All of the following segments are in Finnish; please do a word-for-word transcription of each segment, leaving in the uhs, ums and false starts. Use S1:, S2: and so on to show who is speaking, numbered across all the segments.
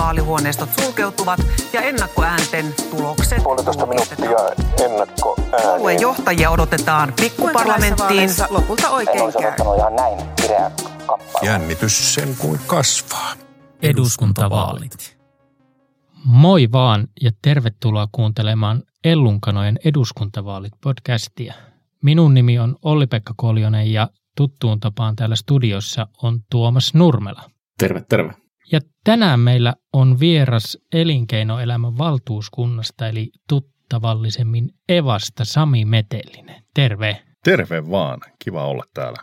S1: vaalihuoneistot sulkeutuvat ja ennakkoäänten tulokset
S2: puolitoista minuuttia ennakkoääniä.
S1: Puolueen johtajia odotetaan pikkuparlamenttiin.
S3: Lopulta oikein käy.
S2: Ihan näin kireä kappale.
S4: Jännitys sen kuin kasvaa.
S5: Eduskuntavaalit. Moi vaan ja tervetuloa kuuntelemaan Ellunkanojen eduskuntavaalit-podcastia. Minun nimi on Olli-Pekka Koljonen ja tuttuun tapaan täällä studiossa on Tuomas Nurmela.
S6: Terve, terve.
S5: Ja tänään meillä on vieras elinkeinoelämän valtuuskunnasta eli tuttavallisemmin Evasta Sami Metellinen. Terve.
S4: Terve vaan. Kiva olla täällä.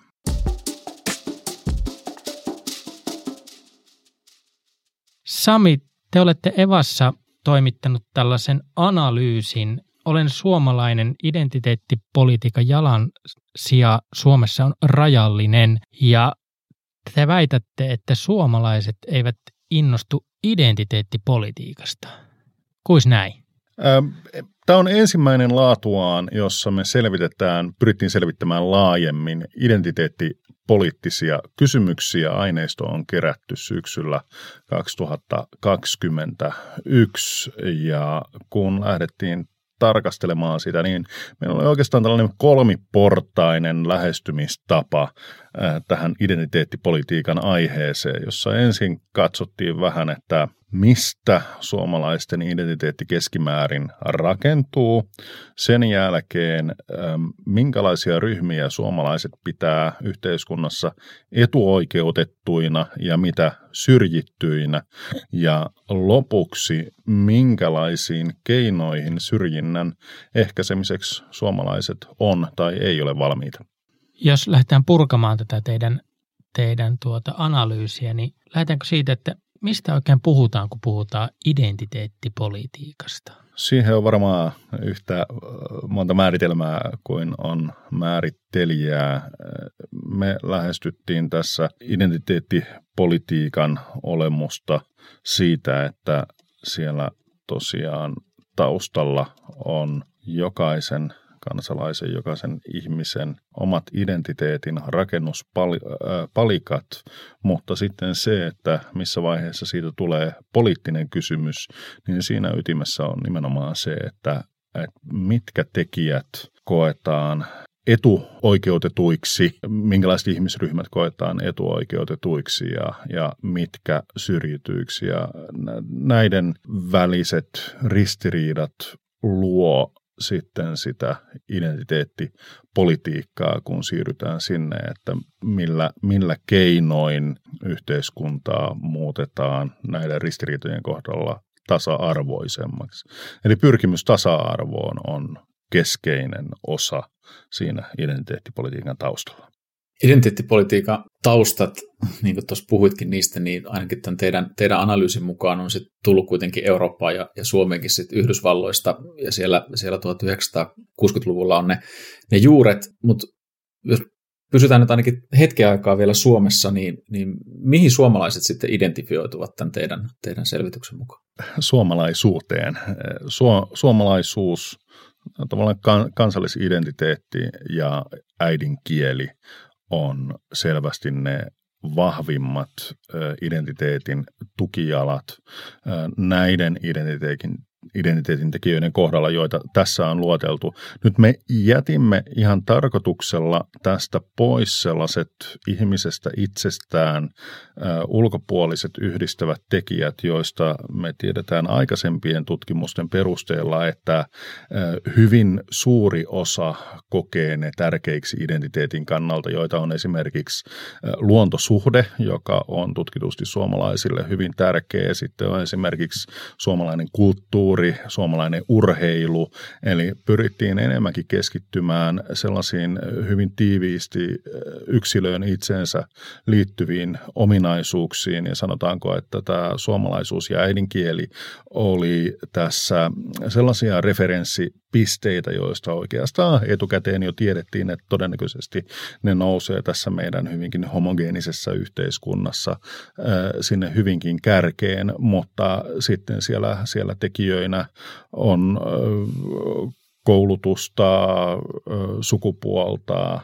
S5: Sami, te olette Evassa toimittanut tällaisen analyysin. Olen suomalainen identiteettipolitiikan jalansija Suomessa on rajallinen ja te väitätte, että suomalaiset eivät innostu identiteettipolitiikasta. Kuis näin?
S4: Tämä on ensimmäinen laatuaan, jossa me selvitetään, pyrittiin selvittämään laajemmin identiteettipoliittisia kysymyksiä. Aineisto on kerätty syksyllä kaksituhattakaksikymmentäyksi ja kun lähdettiin tarkastelemaan sitä, niin meillä oli oikeastaan tällainen kolmiportainen lähestymistapa tähän identiteettipolitiikan aiheeseen, jossa ensin katsottiin vähän, että mistä suomalaisten identiteetti keskimäärin rakentuu. Sen jälkeen, minkälaisia ryhmiä suomalaiset pitää yhteiskunnassa etuoikeutettuina ja mitä syrjittyinä. Ja lopuksi, minkälaisiin keinoihin syrjinnän ehkäisemiseksi suomalaiset on tai ei ole valmiita.
S5: Jos lähdetään purkamaan tätä teidän, teidän tuota analyysiä, niin lähdetäänkö siitä, että mistä oikein puhutaan, kun puhutaan identiteettipolitiikasta?
S4: Siihen on varmaan yhtä monta määritelmää kuin on määrittelijää. Me lähestyttiin tässä identiteettipolitiikan olemusta siitä, että siellä tosiaan taustalla on jokaisen kansalaisen, jokaisen ihmisen omat identiteetin rakennuspalikat, mutta sitten se, että missä vaiheessa siitä tulee poliittinen kysymys, niin siinä ytimessä on nimenomaan se, että, että mitkä tekijät koetaan etuoikeutetuiksi, minkälaiset ihmisryhmät koetaan etuoikeutetuiksi ja, ja mitkä syrjityiksi. Ja näiden väliset ristiriidat luo sitten sitä identiteettipolitiikkaa, kun siirrytään sinne, että millä, millä keinoin yhteiskuntaa muutetaan näiden ristiriitojen kohdalla tasa-arvoisemmaksi. Eli pyrkimys tasa-arvoon on keskeinen osa siinä identiteettipolitiikan taustalla.
S6: Identiteettipolitiikan taustat, niin kuin tuossa puhuitkin niistä, niin ainakin tämän teidän, teidän analyysin mukaan on sitten tullut kuitenkin Eurooppaan ja, ja Suomeenkin sitten Yhdysvalloista, ja siellä, siellä tuhatyhdeksänsataakuusikymmentäluvulla on ne, ne juuret, mutta jos pysytään nyt ainakin hetken aikaa vielä Suomessa, niin, niin mihin suomalaiset sitten identifioituvat tämän teidän, teidän selvityksen mukaan?
S4: Suomalaisuuteen. Su- suomalaisuus, tavallaan kansallisidentiteetti ja äidinkieli on selvästi ne vahvimmat identiteetin tukijalat näiden identiteetin, identiteetin tekijöiden kohdalla, joita tässä on luoteltu. Nyt me jätimme ihan tarkoituksella tästä pois sellaiset ihmisestä itsestään ulkopuoliset yhdistävät tekijät, joista me tiedetään aikaisempien tutkimusten perusteella, että hyvin suuri osa kokee ne tärkeiksi identiteetin kannalta, joita on esimerkiksi luontosuhde, joka on tutkitusti suomalaisille hyvin tärkeä. Sitten on esimerkiksi suomalainen kulttuuri, suomalainen urheilu, eli pyrittiin enemmänkin keskittymään sellaisiin hyvin tiiviisti yksilöön itseensä liittyviin ominaisuuksiin, ja sanotaanko, että tämä suomalaisuus ja äidinkieli oli tässä sellaisia referenssipisteitä, joista oikeastaan etukäteen jo tiedettiin, että todennäköisesti ne nousee tässä meidän hyvinkin homogeenisessa yhteiskunnassa sinne hyvinkin kärkeen, mutta sitten siellä, siellä tekijöinä on koulutusta, sukupuolta,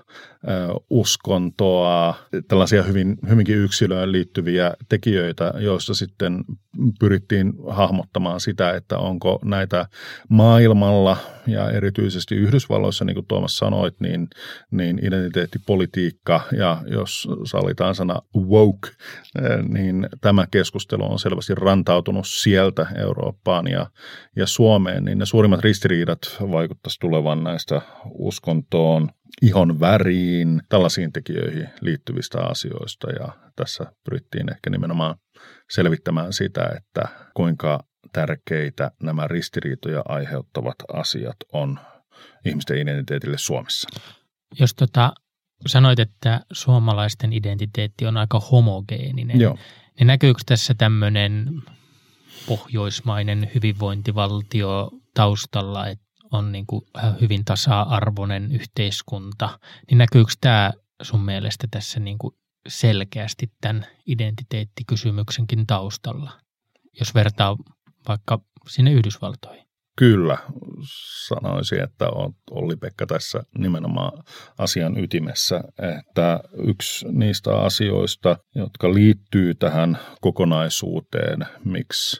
S4: uskontoa, tällaisia hyvin, hyvinkin yksilöön liittyviä tekijöitä, joista sitten pyrittiin hahmottamaan sitä, että onko näitä maailmalla ja erityisesti Yhdysvalloissa, niin kuin Tuomas sanoit, niin, niin identiteettipolitiikka ja jos sallitaan sana woke, niin tämä keskustelu on selvästi rantautunut sieltä Eurooppaan ja, ja Suomeen, niin ne suurimmat ristiriidat vaikuttaisi tulevan näistä uskontoon, ihon väriin, tällaisiin tekijöihin liittyvistä asioista ja tässä pyrittiin ehkä nimenomaan selvittämään sitä, että kuinka tärkeitä nämä ristiriitoja aiheuttavat asiat on ihmisten identiteetille Suomessa.
S5: Jos tota, sanoit, että suomalaisten identiteetti on aika homogeeninen,
S4: Joo.
S5: niin näkyykö tässä tämmöinen pohjoismainen hyvinvointivaltio taustalla, että on niin kuin hyvin tasa-arvoinen yhteiskunta, niin näkyykö tämä sun mielestä tässä niin kuin selkeästi tämän identiteettikysymyksenkin taustalla, jos vertaa vaikka sinne Yhdysvaltoihin?
S4: Kyllä, sanoisin, että on Olli-Pekka tässä nimenomaan asian ytimessä, että yksi niistä asioista, jotka liittyy tähän kokonaisuuteen, miksi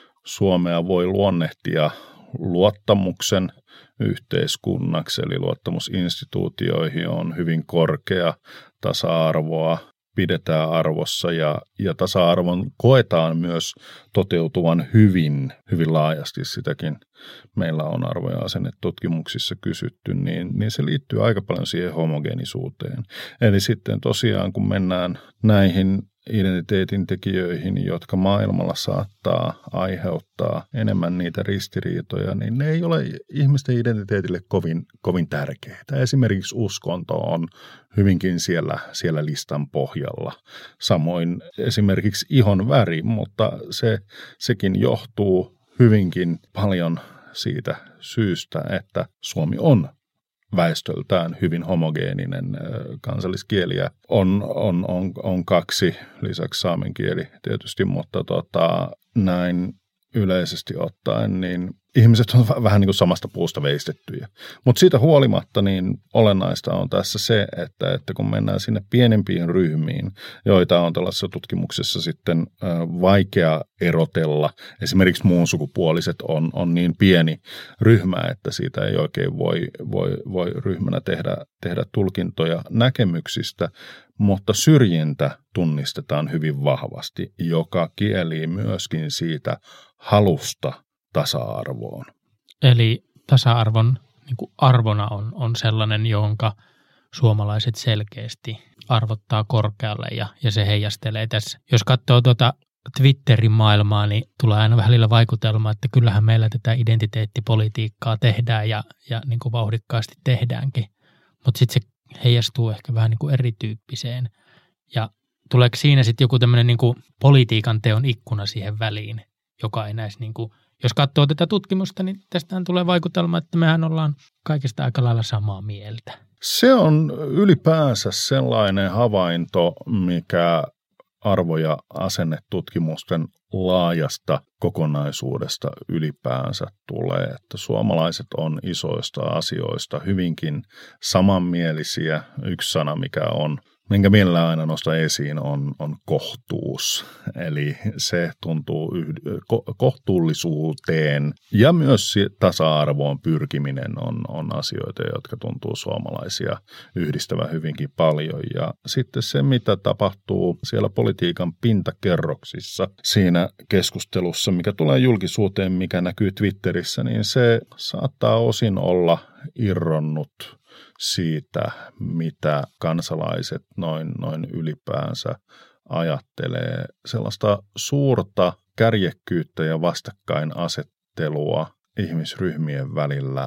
S4: Suomea voi luonnehtia luottamuksen yhteiskunnaksi, eli luottamusinstituutioihin on hyvin korkea, tasa-arvoa pidetään arvossa ja, ja tasa-arvon koetaan myös toteutuvan hyvin, hyvin laajasti sitäkin. Meillä on arvo- ja asennetutkimuksissa kysytty, niin, niin se liittyy aika paljon siihen homogeenisuuteen. Eli sitten tosiaan, kun mennään näihin identiteetin tekijöihin, jotka maailmalla saattaa aiheuttaa enemmän niitä ristiriitoja, niin ne ei ole ihmisten identiteetille kovin, kovin tärkeitä. Esimerkiksi uskonto on hyvinkin siellä, siellä listan pohjalla. Samoin esimerkiksi ihon väri, mutta se, sekin johtuu hyvinkin paljon siitä syystä, että Suomi on väestöltään hyvin homogeeninen. Kansalliskieliä on, on, on, on kaksi, lisäksi saamen kieli tietysti, mutta tota, näin yleisesti ottaen, niin ihmiset on vähän niin kuin samasta puusta veistettyjä. Mutta siitä huolimatta niin olennaista on tässä se, että, että kun mennään sinne pienempiin ryhmiin, joita on tällaisessa tutkimuksessa sitten ö, vaikea erotella. Esimerkiksi muun sukupuoliset on, on niin pieni ryhmä, että siitä ei oikein voi, voi, voi ryhmänä tehdä, tehdä tulkintoja näkemyksistä, mutta syrjintä tunnistetaan hyvin vahvasti, joka kielii myöskin siitä halusta tasa-arvoon.
S5: Eli tasa-arvon niin kuin arvona on, on sellainen, jonka suomalaiset selkeästi arvottaa korkealle ja, ja se heijastelee tässä. Jos katsoo tuota Twitterin maailmaa, niin tulee aina välillä vaikutelma, että kyllähän meillä tätä identiteettipolitiikkaa tehdään ja, ja niin kuin vauhdikkaasti tehdäänkin, mutta sitten se heijastuu ehkä vähän niin kuin erityyppiseen. Ja tuleeko siinä sitten joku tämmöinen niin kuin politiikan teon ikkuna siihen väliin, joka ei näisi niin kuin, jos katsoo tätä tutkimusta, niin tästähän tulee vaikutelma, että mehän ollaan kaikista aika lailla samaa mieltä.
S4: Se on ylipäänsä sellainen havainto, mikä arvo- ja asennetutkimusten laajasta kokonaisuudesta ylipäänsä tulee, että suomalaiset on isoista asioista hyvinkin samanmielisiä. Yksi sana, mikä on, minkä mielellään aina nostaa esiin, on, on kohtuus. Eli se tuntuu yhd- ko- kohtuullisuuteen ja myös tasa-arvoon pyrkiminen on, on asioita, jotka tuntuu suomalaisia yhdistävän hyvinkin paljon. Ja sitten se, mitä tapahtuu siellä politiikan pintakerroksissa siinä keskustelussa, mikä tulee julkisuuteen, mikä näkyy Twitterissä, niin se saattaa osin olla irronnut siitä, mitä kansalaiset noin, noin ylipäänsä ajattelee. Sellaista suurta kärjekkyyttä ja vastakkainasettelua ihmisryhmien välillä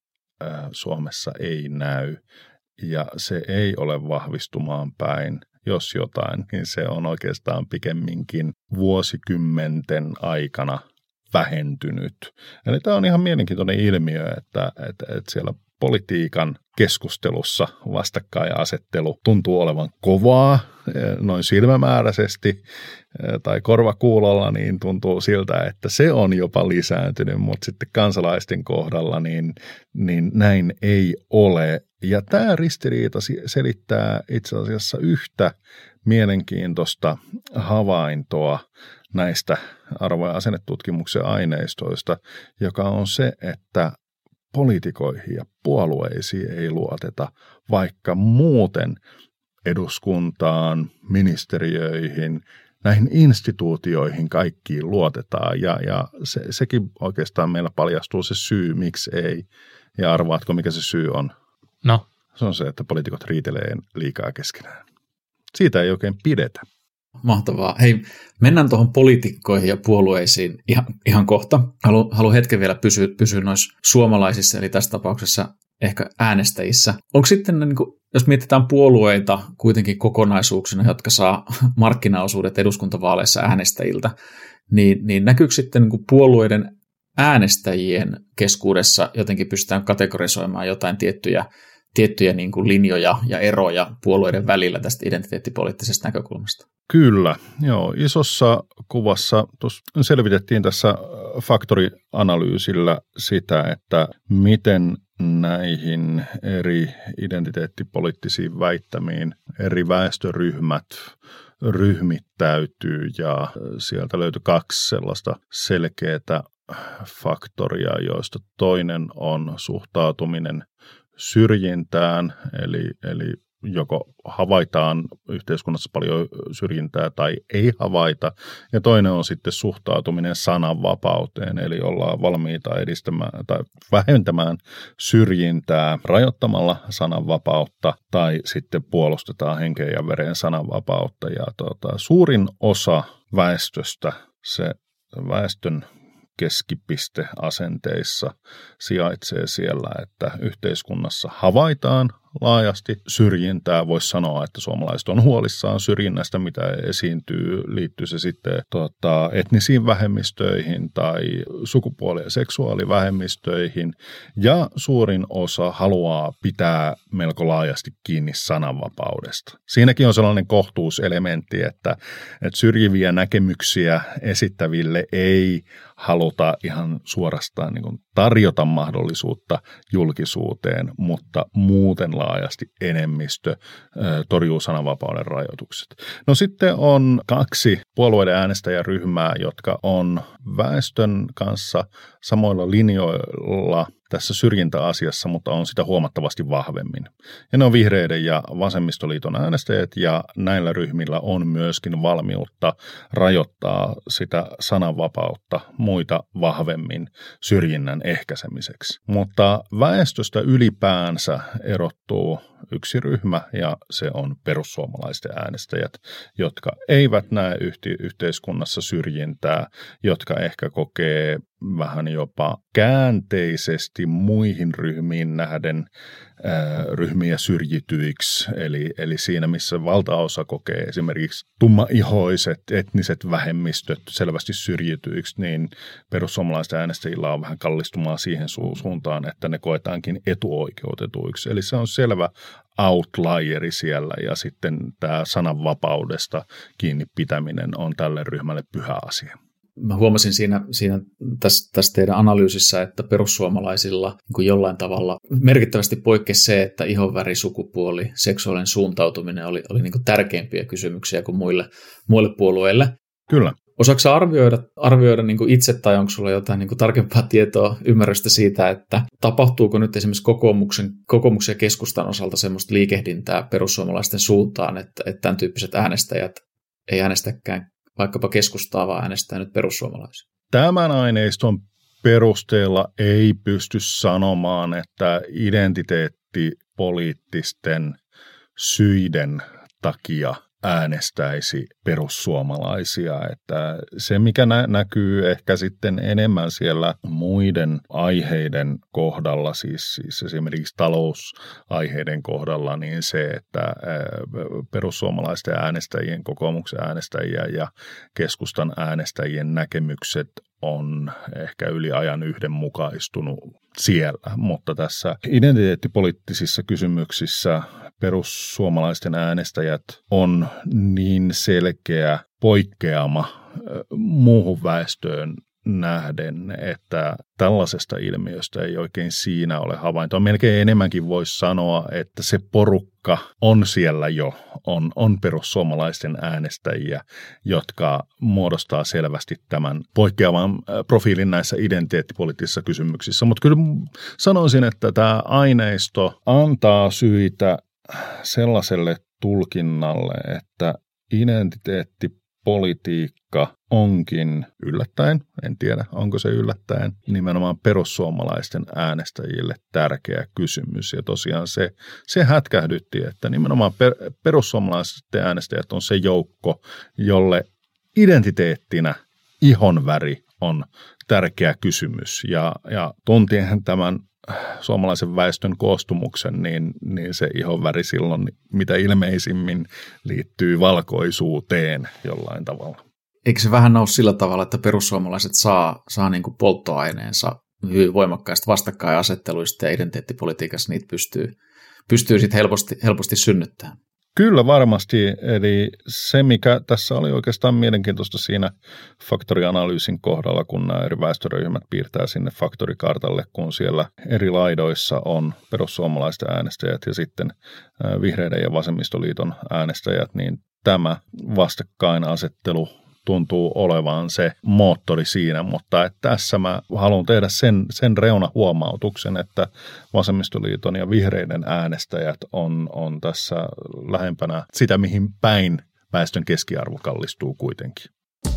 S4: ää, Suomessa ei näy, ja se ei ole vahvistumaan päin. Jos jotain, niin se on oikeastaan pikemminkin vuosikymmenten aikana vähentynyt. Eli tämä on ihan mielenkiintoinen ilmiö, että, että, että siellä politiikan keskustelussa vastakkainasettelu tuntuu olevan kovaa, noin silmämääräisesti tai korvakuulolla, niin tuntuu siltä, että se on jopa lisääntynyt, mutta sitten kansalaisten kohdalla niin, niin näin ei ole. Ja tämä ristiriita selittää itse asiassa yhtä mielenkiintoista havaintoa, näistä arvo- ja asennetutkimuksen aineistoista, joka on se, että poliitikoihin ja puolueisiin ei luoteta, vaikka muuten eduskuntaan, ministeriöihin, näihin instituutioihin kaikkiin luotetaan. Ja, ja se, sekin oikeastaan meillä paljastuu se syy, miksi ei. Ja arvaatko, mikä se syy on?
S5: No.
S4: Se on se, että poliitikot riitelee liikaa keskenään. Siitä ei oikein pidetä.
S6: Mahtavaa. Hei, mennään tuohon poliitikkoihin ja puolueisiin ihan, ihan kohta. Haluan halu hetken vielä pysyä, pysyä noissa suomalaisissa, eli tässä tapauksessa ehkä äänestäjissä. Onko sitten, niin kuin, jos mietitään puolueita kuitenkin kokonaisuuksina, jotka saa markkinaosuudet eduskuntavaaleissa äänestäjiltä, niin, niin näkyykö sitten niin kuin puolueiden äänestäjien keskuudessa jotenkin pystytään kategorisoimaan jotain tiettyjä tiettyjä niin kuin linjoja ja eroja puolueiden välillä tästä identiteettipoliittisesta näkökulmasta?
S4: Kyllä, joo. Isossa kuvassa selvitettiin tässä faktorianalyysillä sitä, että miten näihin eri identiteettipoliittisiin väittämiin eri väestöryhmät ryhmittäytyy, ja sieltä löytyi kaksi sellaista selkeää faktoria, joista toinen on suhtautuminen syrjintään, eli, eli joko havaitaan yhteiskunnassa paljon syrjintää tai ei havaita, ja toinen on sitten suhtautuminen sananvapauteen, eli ollaan valmiita edistämään tai vähentämään syrjintää rajoittamalla sananvapautta, tai sitten puolustetaan henkeen ja veren sananvapautta, ja tuota, suurin osa väestöstä, se väestön keskipiste asenteissa sijaitsee siellä, että yhteiskunnassa havaitaan laajasti syrjintää. Voisi sanoa, että suomalaiset on huolissaan syrjinnästä, mitä esiintyy, liittyy se sitten tuota, etnisiin vähemmistöihin tai sukupuoli- ja seksuaalivähemmistöihin. Ja suurin osa haluaa pitää melko laajasti kiinni sananvapaudesta. Siinäkin on sellainen kohtuuselementti, että, että syrjiviä näkemyksiä esittäville ei haluta ihan suorastaan niin kuin tarjota mahdollisuutta julkisuuteen, mutta muuten laajasti enemmistö torjuu sananvapauden rajoitukset. No sitten on kaksi puolueiden äänestäjäryhmää, jotka on väestön kanssa samoilla linjoilla tässä syrjintäasiassa, mutta on sitä huomattavasti vahvemmin. Ja ne on vihreiden ja vasemmistoliiton äänestäjät, ja näillä ryhmillä on myöskin valmiutta rajoittaa sitä sananvapautta muita vahvemmin syrjinnän ehkäisemiseksi. Mutta väestöstä ylipäänsä erottuu yksi ryhmä, ja se on perussuomalaisten äänestäjät, jotka eivät näe yhteiskunnassa syrjintää, jotka ehkä kokee vähän jopa käänteisesti muihin ryhmiin nähden ää, ryhmiä syrjityiksi. Eli, eli siinä, missä valtaosa kokee esimerkiksi tummaihoiset etniset vähemmistöt selvästi syrjityiksi, niin perussuomalaisten äänestäjillä on vähän kallistumaa siihen su- suuntaan, että ne koetaankin etuoikeutetuiksi. Eli se on selvä outlieri siellä, ja sitten tämä sananvapaudesta kiinni pitäminen on tälle ryhmälle pyhä asia.
S6: Mä huomasin siinä, siinä tässä, tässä teidän analyysissä, että perussuomalaisilla niin kuin jollain tavalla merkittävästi poikkesi se, että ihonväri, sukupuoli, seksuaalinen suuntautuminen oli, oli niin kuin tärkeimpiä kysymyksiä kuin muille, muille puolueille.
S4: Kyllä.
S6: Osaatko arvioida, arvioida niin kuin itse, tai onko sulla jotain niin kuin tarkempaa tietoa, ymmärrystä siitä, että tapahtuuko nyt esimerkiksi kokoomuksen, kokoomuksen ja keskustan osalta semmoista liikehdintää perussuomalaisten suuntaan, että, että tämän tyyppiset äänestäjät ei äänestäkään vaikkapa keskustaa, vaan äänestää nyt perussuomalaisia?
S4: Tämän aineiston perusteella ei pysty sanomaan, että identiteettipoliittisten syiden takia äänestäisi perussuomalaisia. Että se, mikä nä- näkyy ehkä sitten enemmän siellä muiden aiheiden kohdalla, siis, siis esimerkiksi talousaiheiden kohdalla, niin se, että perussuomalaisten äänestäjien, kokoomuksen äänestäjien ja keskustan äänestäjien näkemykset on ehkä yli ajan yhdenmukaistunut siellä, mutta tässä identiteettipoliittisissa kysymyksissä perussuomalaisten äänestäjät on niin selkeä poikkeama muuhun väestöön nähden, että tällaisesta ilmiöstä ei oikein siinä ole havaintoa. Melkein enemmänkin voisi sanoa, että se porukka on siellä jo, on, on perussuomalaisten äänestäjiä, jotka muodostaa selvästi tämän poikkeavan profiilin näissä identiteettipoliittisissa kysymyksissä. Mutta kyllä sanoisin, että tämä aineisto antaa syitä sellaiselle tulkinnalle, että identiteettipolitiikka onkin yllättäen, en tiedä onko se yllättäen, nimenomaan perussuomalaisten äänestäjille tärkeä kysymys. Ja tosiaan se, se hätkähdytti, että nimenomaan per, perussuomalaisten äänestäjät on se joukko, jolle identiteettinä ihonväri on tärkeä kysymys. Ja, ja tuntien tämän suomalaisen väestön koostumuksen, niin, niin se ihonväri silloin mitä ilmeisimmin liittyy valkoisuuteen jollain tavalla.
S6: Eikö se vähän ole sillä tavalla, että perussuomalaiset saa, saa niin kuin polttoaineensa hyvin voimakkaista vastakkainasetteluista ja identiteettipolitiikassa niitä pystyy, pystyy sitten helposti, helposti synnyttämään?
S4: Kyllä varmasti, eli se mikä tässä oli oikeastaan mielenkiintoista siinä faktorianalyysin kohdalla, kun nämä eri väestöryhmät piirtää sinne faktorikartalle, kun siellä eri laidoissa on perussuomalaisten äänestäjät ja sitten vihreiden ja vasemmistoliiton äänestäjät, niin tämä vastakkainasettelu tuntuu olevan se moottori siinä, mutta että tässä mä haluan tehdä sen, sen reunahuomautuksen, että vasemmistoliiton ja vihreiden äänestäjät on, on tässä lähempänä sitä, mihin päin väestön keskiarvo kallistuu kuitenkin.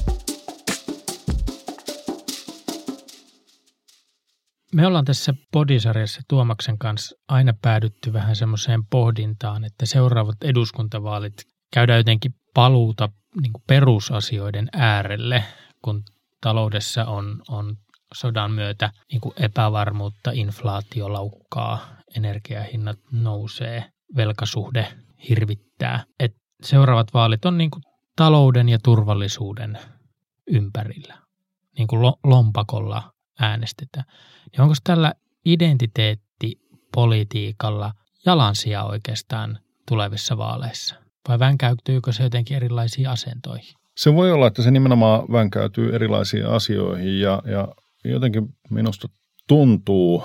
S5: Me ollaan tässä podisarjassa Tuomaksen kanssa aina päädytty vähän semmoiseen pohdintaan, että seuraavat eduskuntavaalit käydään jotenkin paluuta niin kuin perusasioiden äärelle, kun taloudessa on, on sodan myötä niin kuin epävarmuutta, inflaatio laukkaa, energiahinnat nousee, velkasuhde hirvittää. Et seuraavat vaalit on niin kuin talouden ja turvallisuuden ympärillä, niin kuin lompakolla äänestetään. Niin onko tällä identiteettipolitiikalla jalansija oikeastaan tulevissa vaaleissa? Vai vänkäytyykö se jotenkin erilaisiin asentoihin?
S4: Se voi olla, että se nimenomaan vänkäytyy erilaisiin asioihin ja, ja jotenkin minusta tuntuu,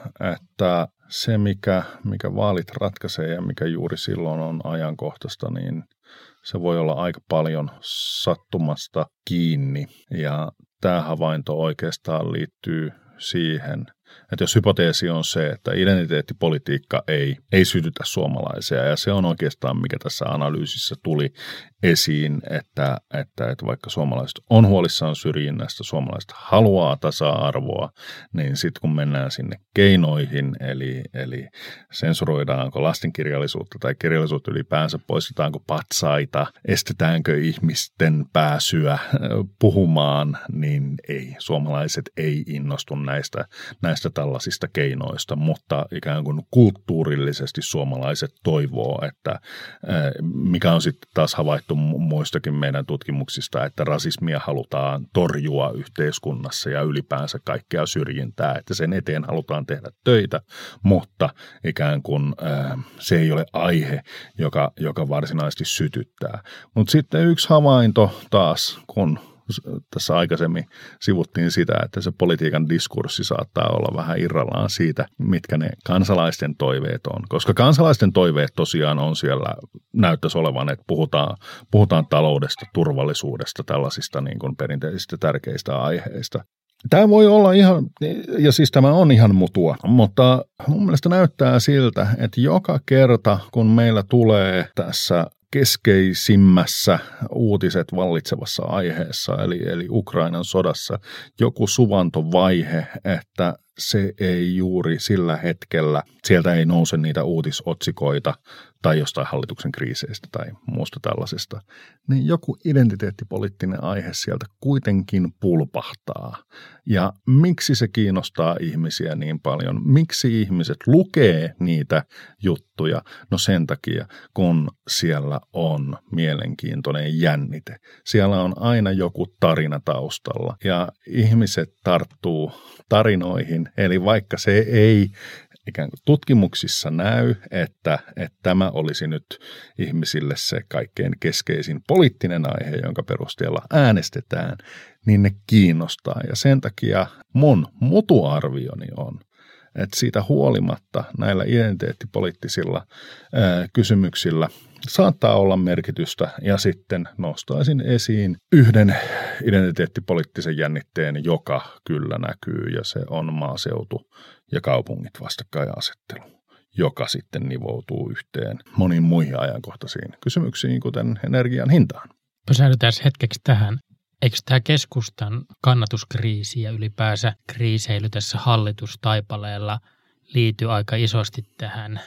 S4: että se mikä, mikä vaalit ratkaisee ja mikä juuri silloin on ajankohtaista, niin se voi olla aika paljon sattumasta kiinni. Ja tämä havainto oikeastaan liittyy siihen, että jos hypoteesi on se, että identiteettipolitiikka ei, ei sytytä suomalaisia, ja se on oikeastaan mikä tässä analyysissä tuli esiin, että, että, että vaikka suomalaiset on huolissaan syrjinnästä, suomalaiset haluaa tasa-arvoa, niin sitten kun mennään sinne keinoihin, eli, eli sensuroidaanko lastenkirjallisuutta tai kirjallisuutta ylipäänsä, poistetaanko patsaita, estetäänkö ihmisten pääsyä puhumaan, niin ei, suomalaiset ei innostu näistä, näistä tällaisista keinoista, mutta ikään kuin kulttuurillisesti suomalaiset toivoo, että mikä on sitten taas havaittu muistakin meidän tutkimuksista, että rasismia halutaan torjua yhteiskunnassa ja ylipäänsä kaikkea syrjintää, että sen eteen halutaan tehdä töitä, mutta ikään kuin se ei ole aihe, joka, joka varsinaisesti sytyttää. Mutta sitten yksi havainto taas, kun tässä aikaisemmin sivuttiin sitä, että se politiikan diskurssi saattaa olla vähän irrallaan siitä, mitkä ne kansalaisten toiveet on. Koska kansalaisten toiveet tosiaan on siellä, näyttäisi olevan, että puhutaan, puhutaan taloudesta, turvallisuudesta, tällaisista niin kuin perinteisistä tärkeistä aiheista. Tämä voi olla ihan, ja siis tämä on ihan mutua, mutta mun mielestä näyttää siltä, että joka kerta, kun meillä tulee tässä keskeisimmässä uutiset vallitsevassa aiheessa, eli, eli Ukrainan sodassa, joku suvantovaihe, että se ei juuri sillä hetkellä, sieltä ei nouse niitä uutisotsikoita tai jostain hallituksen kriiseistä tai muusta tällaisesta, niin joku identiteettipoliittinen aihe sieltä kuitenkin pulpahtaa. Ja miksi se kiinnostaa ihmisiä niin paljon? Miksi ihmiset lukee niitä juttuja? No sen takia, kun siellä on mielenkiintoinen jännite. Siellä on aina joku tarina taustalla ja ihmiset tarttuu tarinoihin, eli vaikka se ei ikään kuin tutkimuksissa näy, että, että tämä olisi nyt ihmisille se kaikkein keskeisin poliittinen aihe, jonka perusteella äänestetään, niin ne kiinnostaa. Ja sen takia mun mutuarvioni on, että siitä huolimatta näillä identiteettipoliittisilla ää, kysymyksillä saattaa olla merkitystä, ja sitten nostaisin esiin yhden identiteettipoliittisen jännitteen, joka kyllä näkyy, ja se on maaseutu ja kaupungit vastakkainasettelu, joka sitten nivoutuu yhteen moniin muihin ajankohtaisiin kysymyksiin, kuten energian hintaan.
S5: Pysähdytään hetkeksi tähän. Eikö tämä keskustan kannatuskriisi ja ylipäänsä kriiseily tässä hallitustaipaleella liity aika isosti tähän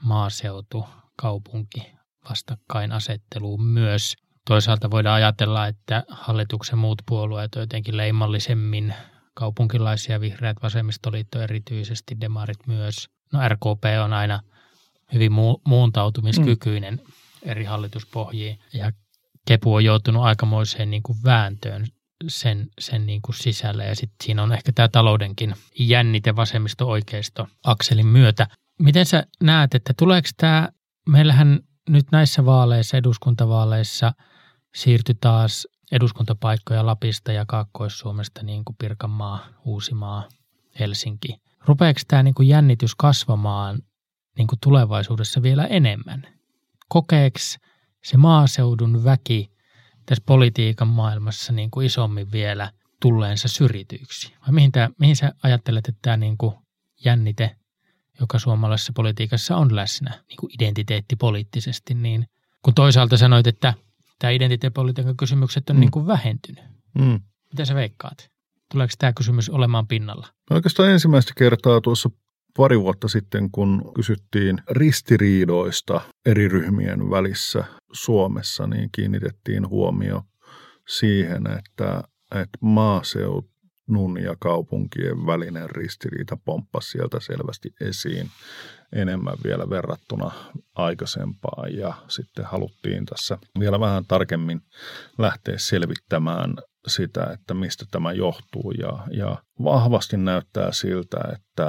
S5: maaseutu-kaupunki vastakkainasetteluun myös? Toisaalta voidaan ajatella, että hallituksen muut puolueet on jotenkin leimallisemmin kaupunkilaisia, vihreät, vasemmistoliitto erityisesti, demarit myös. No R K P on aina hyvin mu- muuntautumiskykyinen mm. eri hallituspohjiin ja Kepu on joutunut aikamoiseen niin kuin vääntöön sen, sen niin kuin sisällä, ja sitten siinä on ehkä tämä taloudenkin jännite vasemmisto-oikeisto-akselin myötä. Miten sä näet, että tuleeko tämä, meillähän nyt näissä vaaleissa, eduskuntavaaleissa siirtyi taas eduskuntapaikkoja Lapista ja Kaakkois-Suomesta, niin kuin Pirkanmaa, Uusimaa, Helsinki. Rupeeko tämä niin kuin jännitys kasvamaan niin kuin tulevaisuudessa vielä enemmän? Kokeeko se maaseudun väki tässä politiikan maailmassa niin kuin isommin vielä tulleensa syrjityiksi? Vai mihin, tämä, mihin sä ajattelet, että tämä niin kuin jännite, joka suomalaisessa politiikassa on läsnä niin kuin identiteettipoliittisesti, niin kun toisaalta sanoit, että tämä identiteettipolitiikan kysymykset on mm. niin kuin vähentynyt. Mm. Mitä sä veikkaat? Tuleeko tämä kysymys olemaan pinnalla?
S4: Oikeastaan ensimmäistä kertaa tuossa pari vuotta sitten, kun kysyttiin ristiriidoista eri ryhmien välissä Suomessa, niin kiinnitettiin huomio siihen, että, että maaseudun ja kaupunkien välinen ristiriita pomppasi sieltä selvästi esiin enemmän vielä verrattuna aikaisempaan. Ja sitten haluttiin tässä vielä vähän tarkemmin lähteä selvittämään sitä, että mistä tämä johtuu. Ja, ja vahvasti näyttää siltä, että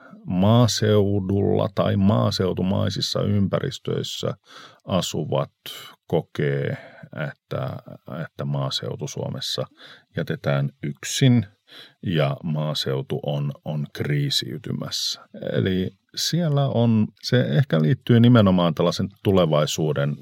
S4: maaseudulla tai maaseutumaisissa ympäristöissä asuvat kokee, että, että maaseutu Suomessa jätetään yksin ja maaseutu on, on kriisiytymässä. Eli siellä on, se ehkä liittyy nimenomaan tällaisen tulevaisuuden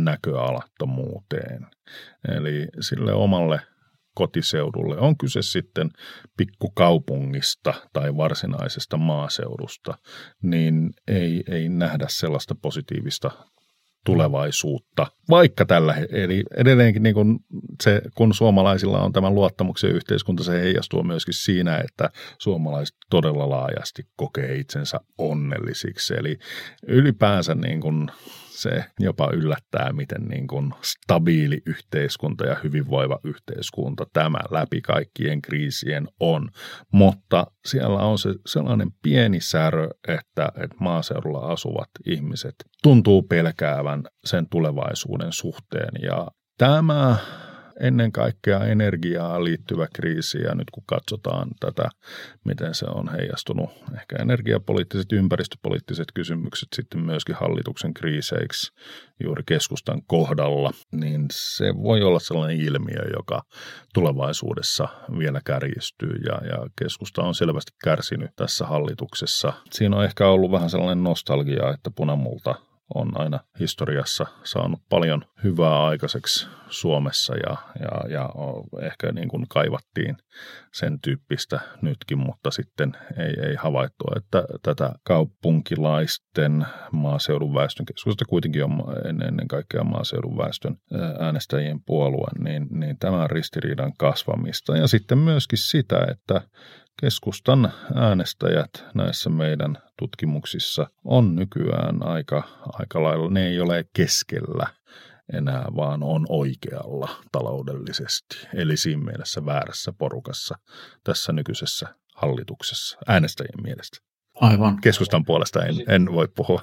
S4: näköalattomuuteen. Eli sille omalle kotiseudulle, on kyse sitten pikkukaupungista tai varsinaisesta maaseudusta, niin ei, ei nähdä sellaista positiivista tulevaisuutta, vaikka tällä, eli edelleenkin niin kun, se, kun suomalaisilla on tämä luottamuksen yhteiskunta, se heijastuu myöskin siinä, että suomalaiset todella laajasti kokee itsensä onnellisiksi, eli ylipäänsä niin kun se jopa yllättää, miten niin kuin stabiili yhteiskunta ja hyvinvoiva yhteiskunta tämä läpi kaikkien kriisien on. Mutta siellä on se sellainen pieni särö, että, että maaseudulla asuvat ihmiset tuntuu pelkäävän sen tulevaisuuden suhteen. Ja tämä ennen kaikkea energiaan liittyvä kriisi, ja nyt kun katsotaan tätä, miten se on heijastunut, ehkä energiapoliittiset, ympäristöpoliittiset kysymykset sitten myöskin hallituksen kriiseiksi juuri keskustan kohdalla, niin se voi olla sellainen ilmiö, joka tulevaisuudessa vielä kärjistyy, ja, ja keskusta on selvästi kärsinyt tässä hallituksessa. Siinä on ehkä ollut vähän sellainen nostalgia, että punamulta on aina historiassa saanut paljon hyvää aikaiseksi Suomessa ja, ja, ja ehkä niin kuin kaivattiin sen tyyppistä nytkin, mutta sitten ei, ei havaittu, että tätä kaupunkilaisten maaseudun väestön, keskusta kuitenkin on ennen kaikkea maaseudun väestön äänestäjien puolue, niin, niin tämän ristiriidan kasvamista ja sitten myöskin sitä, että keskustan äänestäjät näissä meidän tutkimuksissa on nykyään aika, aika lailla, ne ei ole keskellä enää, vaan on oikealla taloudellisesti. Eli siinä mielessä väärässä porukassa tässä nykyisessä hallituksessa äänestäjien mielestä.
S6: Aivan.
S4: Keskustan puolesta en, en voi puhua.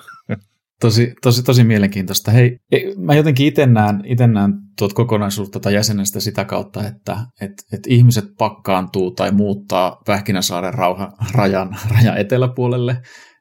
S6: Tosi, tosi, tosi mielenkiintoista. Hei, mä jotenkin itse näen, itse näen tuot kokonaisuutta tai jäsenestä sitä kautta, että et, et ihmiset pakkaantuu tai muuttaa Pähkinäsaaren rauha, rajan, rajan eteläpuolelle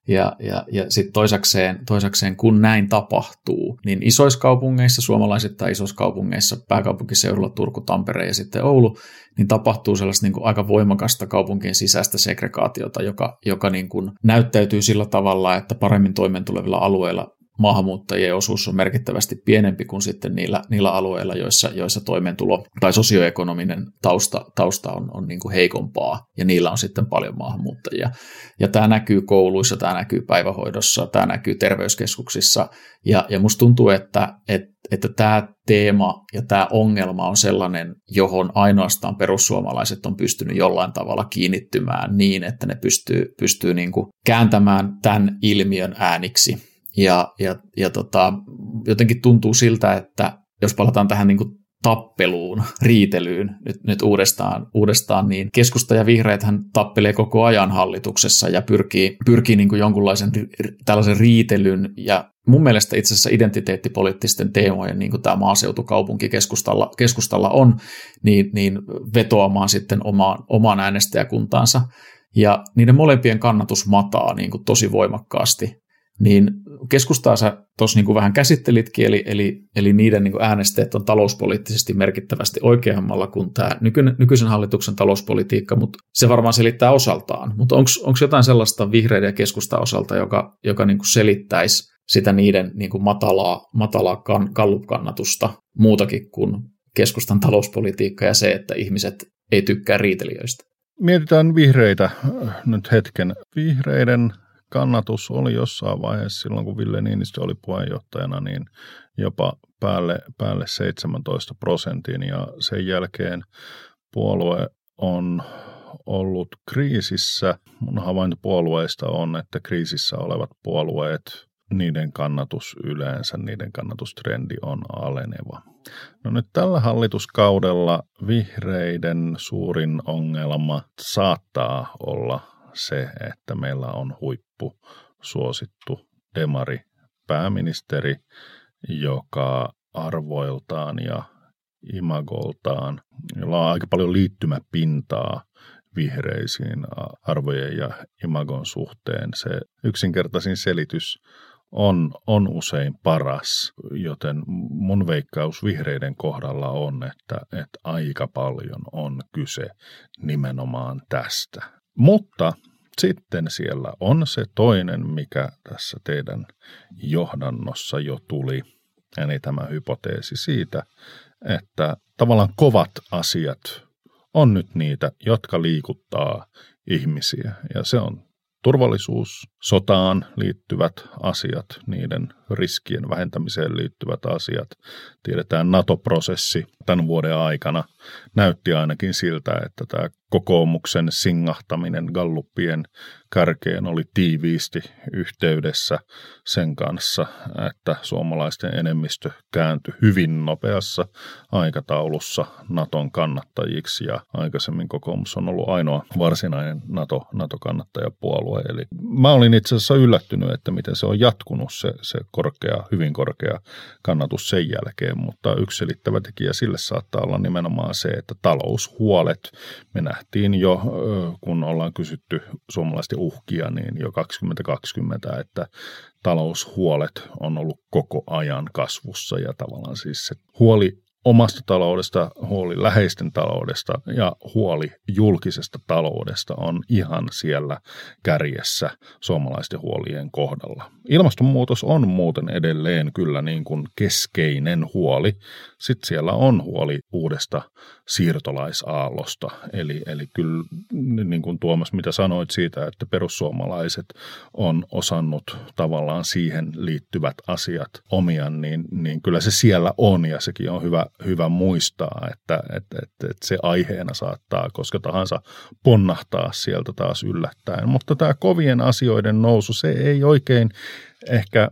S6: Ja, ja, ja sitten toisakseen, toisakseen, kun näin tapahtuu, niin isoissa kaupungeissa, suomalaisissa isoissa kaupungeissa, pääkaupunkiseudulla Turku, Tampere ja sitten Oulu, niin tapahtuu sellaista niin kuin aika voimakasta kaupunkien sisäistä segregaatiota, joka, joka niin kuin näyttäytyy sillä tavalla, että paremmin toimeentulevilla alueilla maahanmuuttajien osuus on merkittävästi pienempi kuin sitten niillä, niillä alueilla, joissa, joissa toimeentulo tai sosioekonominen tausta, tausta on, on niin kuin heikompaa, ja niillä on sitten paljon maahanmuuttajia. Ja tämä näkyy kouluissa, tämä näkyy päivähoidossa, tämä näkyy terveyskeskuksissa, ja, ja musta tuntuu, että, että, että tämä teema ja tämä ongelma on sellainen, johon ainoastaan perussuomalaiset on pystynyt jollain tavalla kiinnittymään niin, että ne pystyy, pystyy niin kuin kääntämään tämän ilmiön ääniksi. Ja, ja, ja tota, jotenkin tuntuu siltä, että jos palataan tähän niin kuin tappeluun, riitelyyn nyt, nyt uudestaan, uudestaan, niin keskusta ja vihreäthän tappelee koko ajan hallituksessa ja pyrkii, pyrkii niin kuin jonkunlaisen tällaisen riitelyn ja mun mielestä itse asiassa identiteettipoliittisten teemojen, niin kuin tämä maaseutukaupunki keskustalla, keskustalla on, niin, niin vetoamaan sitten omaan, omaan äänestäjäkuntaansa. Ja niiden molempien kannatus mataa niin kuin tosi voimakkaasti. Niin keskustaa sä tuossa niin vähän käsittelitkin, eli, eli, eli niiden niin kuin äänestäjät on talouspoliittisesti merkittävästi oikeammalla kuin tämä nykyinen, nykyisen hallituksen talouspolitiikka, mutta se varmaan selittää osaltaan. Mutta onko jotain sellaista vihreiden ja keskustan osalta, joka, joka niin kuin selittäisi sitä niiden niin kuin matalaa, matalaa kan, gallupkannatusta muutakin kuin keskustan talouspolitiikka ja se, että ihmiset ei tykkää riitelijöistä?
S4: Mietitään vihreitä nyt hetken. Vihreiden kannatus oli jossain vaiheessa silloin, kun Ville Niinistö oli puheenjohtajana, niin jopa päälle, päälle seitsemäntoista prosentin, ja sen jälkeen puolue on ollut kriisissä. Mun havainto puolueista on, että kriisissä olevat puolueet, niiden kannatus yleensä, niiden kannatustrendi on aleneva. No nyt tällä hallituskaudella vihreiden suurin ongelma saattaa olla se, että meillä on huippu suosittu demari pääministeri, joka arvoiltaan ja imagoltaan, jolla on aika paljon liittymäpintaa vihreisiin arvojen ja imagon suhteen. Se yksinkertaisin selitys on, on usein paras, joten mun veikkaus vihreiden kohdalla on, että, että aika paljon on kyse nimenomaan tästä. Mutta sitten siellä on se toinen, mikä tässä teidän johdannossa jo tuli, eli tämä hypoteesi siitä, että tavallaan kovat asiat on nyt niitä, jotka liikuttaa ihmisiä, ja se on turvallisuus, sotaan liittyvät asiat, niiden riskien vähentämiseen liittyvät asiat. Tiedetään NATO-prosessi tämän vuoden aikana näytti ainakin siltä, että tämä kokoomuksen singahtaminen Gallupien kärkeen oli tiiviisti yhteydessä sen kanssa, että suomalaisten enemmistö kääntyi hyvin nopeassa aikataulussa Naton kannattajiksi, ja aikaisemmin kokoomus on ollut ainoa varsinainen NATO, NATO-kannattajapuolue. Eli mä olin itse asiassa yllättynyt, että miten se on jatkunut se, se korkea, hyvin korkea kannatus sen jälkeen, mutta yksi selittävä tekijä sille saattaa olla nimenomaan se, että taloushuolet, me nähtiin jo, kun ollaan kysytty suomalaisten uhkia, niin jo kaksituhattakaksikymmentä, että taloushuolet on ollut koko ajan kasvussa, ja tavallaan siis se huoli omasta taloudesta, huoli läheisten taloudesta ja huoli julkisesta taloudesta on ihan siellä kärjessä suomalaisten huolien kohdalla. Ilmastonmuutos on muuten edelleen kyllä niin kuin keskeinen huoli. Sitten siellä on huoli uudesta siirtolaisaallosta. Eli, eli kyllä niin kuin Tuomas, mitä sanoit siitä, että perussuomalaiset on osannut tavallaan siihen liittyvät asiat omia, niin, niin kyllä se siellä on, ja sekin on hyvä Hyvä muistaa, että, että, että, että se aiheena saattaa koska tahansa ponnahtaa sieltä taas yllättäen. Mutta tämä kovien asioiden nousu, se ei oikein ehkä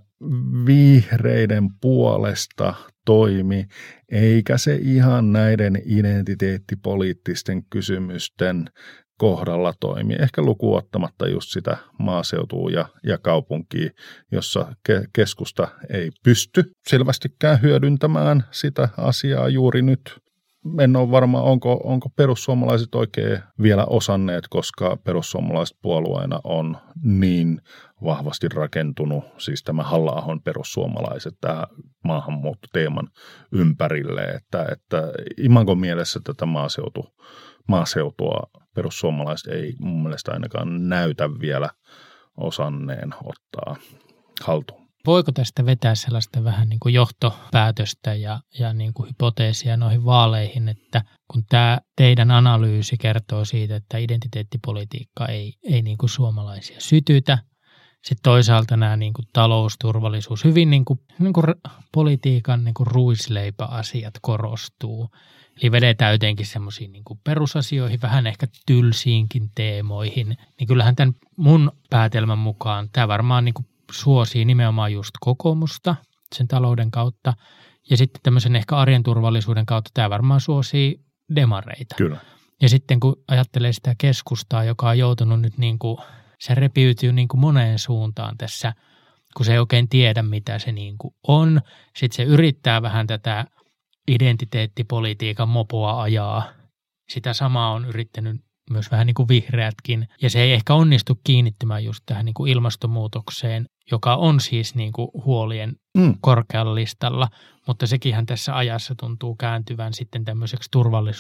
S4: vihreiden puolesta toimi, eikä se ihan näiden identiteettipoliittisten kysymysten kohdalla toimi. Ehkä lukuun ottamatta just sitä maaseutua ja, ja kaupunkia, jossa ke- keskusta ei pysty selvästikään hyödyntämään sitä asiaa juuri nyt. en ole varma, onko, onko perussuomalaiset oikein vielä osanneet, koska perussuomalaiset puolueena on niin vahvasti rakentunut, siis tämä Halla-ahon perussuomalaiset, tämä maahanmuuttoteeman ympärille, että, että imagon mielessä tätä maaseutu, maaseutua perussuomalaiset ei mun mielestä ainakaan näytä vielä osanneen ottaa haltuun.
S5: Voiko tästä vetää sellaista vähän niin kuin johtopäätöstä ja, ja niin kuin hypoteesia noihin vaaleihin, että kun tämä teidän analyysi kertoo siitä, että identiteettipolitiikka ei, ei niin kuin suomalaisia sytytä, sitten toisaalta nämä niin kuin talousturvallisuus, hyvin niin kuin, niin kuin politiikan niin kuin ruisleipäasiat korostuu. Eli vedetään jotenkin semmoisiin niin kuin perusasioihin, vähän ehkä tylsiinkin teemoihin. Niin kyllähän tämän mun päätelmän mukaan tämä varmaan niin kuin suosii nimenomaan just kokoomusta sen talouden kautta. Ja sitten tämmöisen ehkä arjen turvallisuuden kautta tämä varmaan suosii demareita.
S4: Kyllä.
S5: Ja sitten kun ajattelee sitä keskustaa, joka on joutunut nyt niin kuin, se repiytyy niin kuin moneen suuntaan tässä, kun se ei oikein tiedä, mitä se niin kuin on. Sitten se yrittää vähän tätä identiteettipolitiikan mopoa ajaa. Sitä samaa on yrittänyt myös vähän niin kuin vihreätkin. Ja se ei ehkä onnistu kiinnittymään just tähän niin kuin ilmastonmuutokseen, joka on siis niin kuin huolien mm. korkealla listalla. Mutta sekinhän tässä ajassa tuntuu kääntyvän sitten tämmöiseksi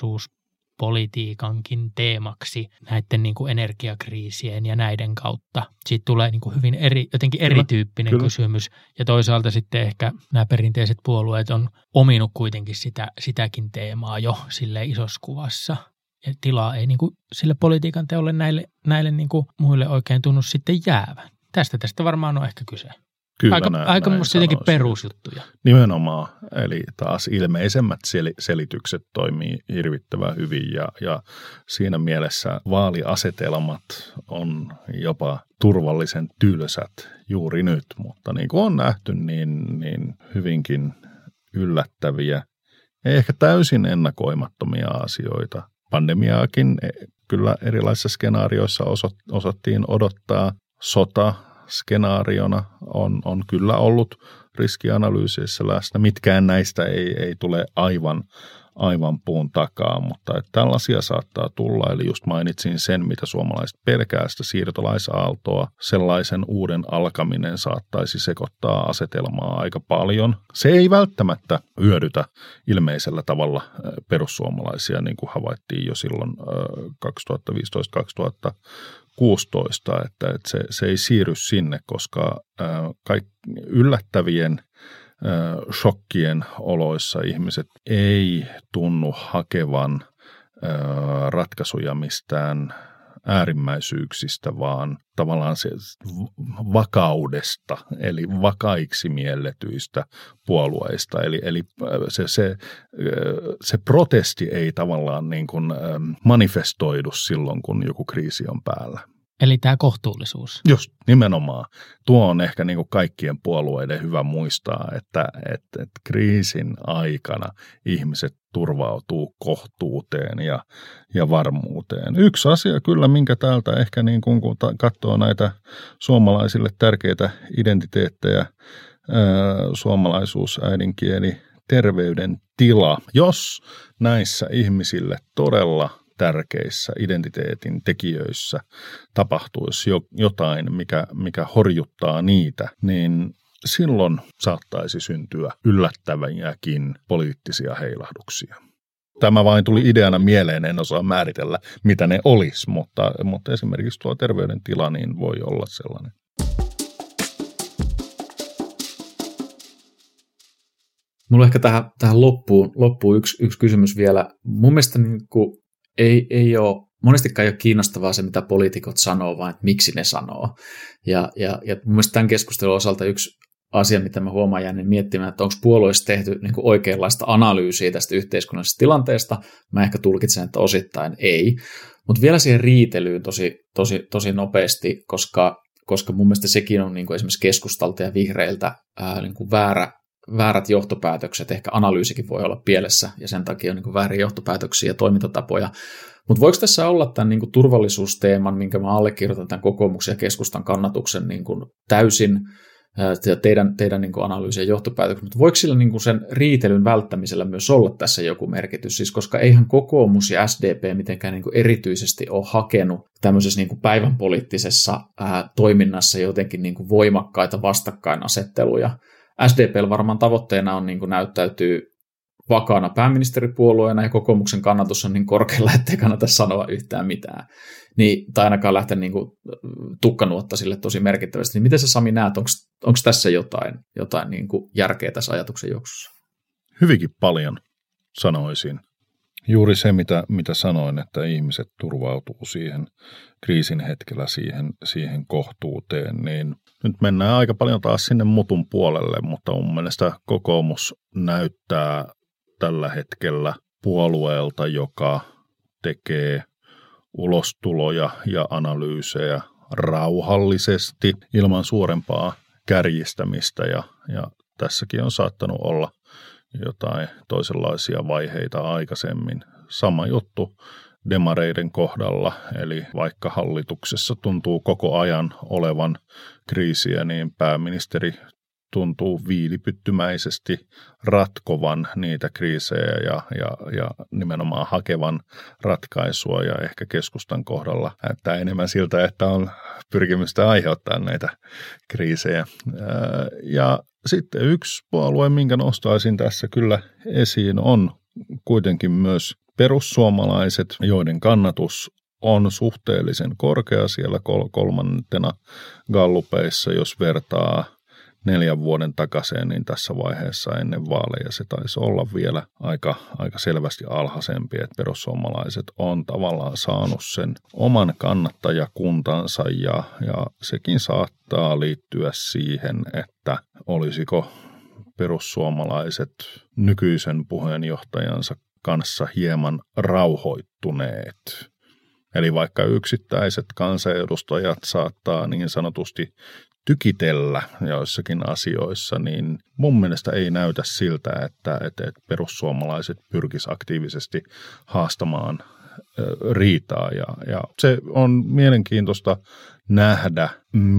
S5: turvallisuuspolitiikankin teemaksi näiden niin kuin energiakriisien ja näiden kautta. Siitä tulee niin kuin hyvin eri, jotenkin kyllä, erityyppinen kyllä. kysymys. Ja toisaalta sitten ehkä nämä perinteiset puolueet on ominut kuitenkin sitä, sitäkin teemaa jo silleen isossa kuvassa. Ja tilaa ei niin kuin sille politiikan teolle näille, näille niin kuin muille oikein tunnu sitten jäävän. Tästä tästä varmaan on ehkä kyse.
S4: Kyllä,
S5: aika
S4: näin,
S5: aika
S4: näin
S5: musta jotenkin perusjuttuja.
S4: Nimenomaan. Eli taas ilmeisemmät sel- selitykset toimii hirvittävän hyvin ja, ja siinä mielessä vaaliasetelmat on jopa turvallisen tylsät juuri nyt. Mutta niin kuin on nähty, niin, niin hyvinkin yllättäviä, ei ehkä täysin ennakoimattomia asioita. Pandemiaakin kyllä erilaisissa skenaarioissa osattiin odottaa. Sota skenaariona on, on kyllä ollut riskianalyyseissä läsnä. Mitkään näistä ei, ei tule aivan, aivan puun takaa, mutta että tällaisia saattaa tulla. Eli just mainitsin sen, mitä suomalaiset pelkää sitä siirtolaisaaltoa. Sellaisen uuden alkaminen saattaisi sekoittaa asetelmaa aika paljon. Se ei välttämättä hyödytä ilmeisellä tavalla perussuomalaisia, niin kuin havaittiin jo silloin kaksituhattaviisitoista kaksituhattakuusitoista, että, että se, se ei siirry sinne, koska kaik, yllättävien shokkien oloissa ihmiset ei tunnu hakevan ratkaisuja mistään äärimmäisyyksistä, vaan tavallaan se vakaudesta, eli vakaiksi mielletyistä puolueista. Eli, eli se, se, se protesti ei tavallaan niin kuin manifestoidu silloin, kun joku kriisi on päällä.
S5: Eli tämä kohtuullisuus.
S4: Just, nimenomaan. Tuo on ehkä niin kuin kaikkien puolueiden hyvä muistaa, että, että, että kriisin aikana ihmiset turvautuu kohtuuteen ja, ja varmuuteen. Yksi asia kyllä, minkä täältä ehkä niin kuin, kun katsoo näitä suomalaisille tärkeitä identiteettejä, ää, suomalaisuus, äidinkieli, terveydentila. Jos näissä ihmisille todella tärkeissä identiteetin tekijöissä tapahtuisi jotain, mikä, mikä horjuttaa niitä, niin silloin saattaisi syntyä yllättäviäkin poliittisia heilahduksia. Tämä vain tuli ideana mieleen, en osaa määritellä, mitä ne olisi, mutta, mutta esimerkiksi tuo terveydentila niin voi olla sellainen.
S6: Mulla ehkä tähän, tähän loppuun, loppuun yksi, yksi kysymys vielä. Mun mielestä niin kuin Ei, ei ole, monestikaan ei ole kiinnostavaa se, mitä poliitikot sanoo, vaan että miksi ne sanoo. Ja, ja, ja mun mielestä tämän keskustelun osalta yksi asia, mitä mä huomaan jäänyt miettimään, että onko puolueissa tehty niin kuin oikeanlaista analyysiä tästä yhteiskunnallisesta tilanteesta. Mä ehkä tulkitsen, että osittain ei. Mutta vielä siihen riitelyyn tosi, tosi, tosi nopeasti, koska, koska mun mielestä sekin on niin kuin esimerkiksi keskustalta ja vihreiltä ää, niin kuin väärä, väärät johtopäätökset, ehkä analyysikin voi olla pielessä, ja sen takia on niin kuin vääriä johtopäätöksiä ja toimintatapoja. Mutta voiko tässä olla tämän niin kuin turvallisuusteeman, minkä mä allekirjoitan tämän kokoomuksen ja keskustan kannatuksen niin kuin täysin ja teidän, teidän niin kuin analyysiä ja johtopäätöksiä, mutta voiko sillä niin kuin sen riitelyn välttämisellä myös olla tässä joku merkitys? Siis koska eihän kokoomus ja S D P mitenkään niin kuin erityisesti ole hakenut tämmöisessä niin kuin päivänpoliittisessa ää, toiminnassa jotenkin niin kuin voimakkaita vastakkainasetteluja. S D P:llä varmaan tavoitteena on niin kuin näyttäytyy vakaana pääministeripuolueena ja kokoomuksen kannatus on niin korkealla, ettei kannata sanoa yhtään mitään. Niin, tai ainakaan lähteä niin kuin tukkanuotta sille tosi merkittävästi. Niin miten sä, Sami, näet, onko tässä jotain, jotain niin kuin järkeä tässä ajatuksen juoksussa?
S4: Hyvinkin paljon, sanoisin. Juuri se, mitä, mitä sanoin, että ihmiset turvautuu siihen kriisin hetkellä siihen, siihen kohtuuteen, niin nyt mennään aika paljon taas sinne mutun puolelle, mutta mun mielestä kokoomus näyttää tällä hetkellä puolueelta, joka tekee ulostuloja ja analyysejä rauhallisesti ilman suurempaa kärjistämistä ja, ja tässäkin on saattanut olla jotain toisenlaisia vaiheita aikaisemmin. Sama juttu demareiden kohdalla, eli vaikka hallituksessa tuntuu koko ajan olevan kriisiä, niin pääministeri tuntuu viilipyttymäisesti ratkovan niitä kriisejä ja, ja, ja nimenomaan hakevan ratkaisua ja ehkä keskustan kohdalla näyttää enemmän siltä, että on pyrkimystä aiheuttaa näitä kriisejä. Ja sitten yksi puolue, minkä nostaisin tässä kyllä esiin, on kuitenkin myös perussuomalaiset, joiden kannatus on suhteellisen korkea siellä kolmantena gallupeissa, jos vertaa neljän vuoden takaiseen, niin tässä vaiheessa ennen vaaleja se taisi olla vielä aika, aika selvästi alhaisempi, että perussuomalaiset on tavallaan saanut sen oman kannattajakuntansa ja, ja sekin saattaa liittyä siihen, että olisiko perussuomalaiset nykyisen puheenjohtajansa kanssa hieman rauhoittuneet. Eli vaikka yksittäiset kansanedustajat saattaa niin sanotusti tykitellä joissakin asioissa, niin mun mielestä ei näytä siltä, että, että perussuomalaiset pyrkisivät aktiivisesti haastamaan riitaa. Ja, ja se on mielenkiintoista nähdä,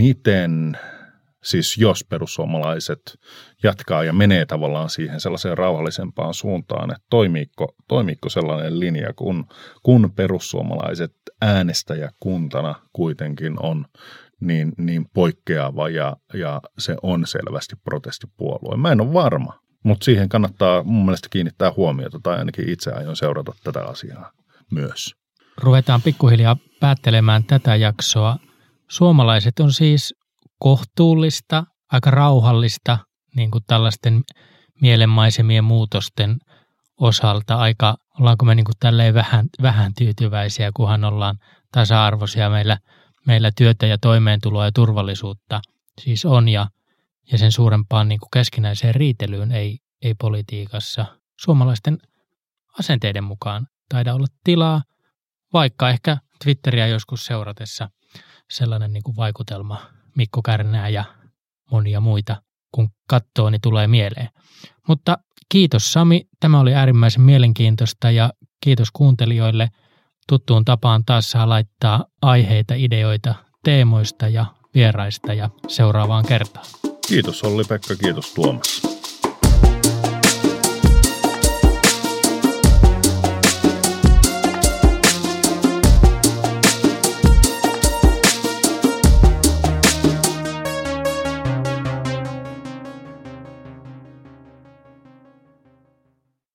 S4: miten, siis jos perussuomalaiset jatkaa ja menee tavallaan siihen sellaiseen rauhallisempaan suuntaan, että toimiiko, toimiiko sellainen linja, kun, kun perussuomalaiset äänestäjäkuntana kuitenkin on niin, niin poikkeava ja, ja se on selvästi protestipuolue. Mä en ole varma, mutta siihen kannattaa mun mielestä kiinnittää huomiota, tai ainakin itse aion seurata tätä asiaa myös.
S5: Ruvetaan pikkuhiljaa päättelemään tätä jaksoa. Suomalaiset on siis kohtuullista, aika rauhallista, niin kuin tällaisten mielenmaisemien muutosten osalta. Aika, ollaanko me niin kuin tälleen vähän, vähän tyytyväisiä, kunhan ollaan tasa-arvoisia meillä Meillä työtä ja toimeentuloa ja turvallisuutta siis on ja, ja sen suurempaan niin kuin keskinäiseen riitelyyn ei, ei politiikassa suomalaisten asenteiden mukaan taida olla tilaa, vaikka ehkä Twitteriä joskus seuratessa sellainen niin kuin vaikutelma Mikko Kärnää ja monia muita, kun katsoo, niin tulee mieleen. Mutta kiitos Sami, tämä oli äärimmäisen mielenkiintoista ja kiitos kuuntelijoille. Tuttuun tapaan taas saa laittaa aiheita, ideoita, teemoista ja vieraista ja seuraavaan kertaan.
S4: Kiitos Olli-Pekka, kiitos Tuomas.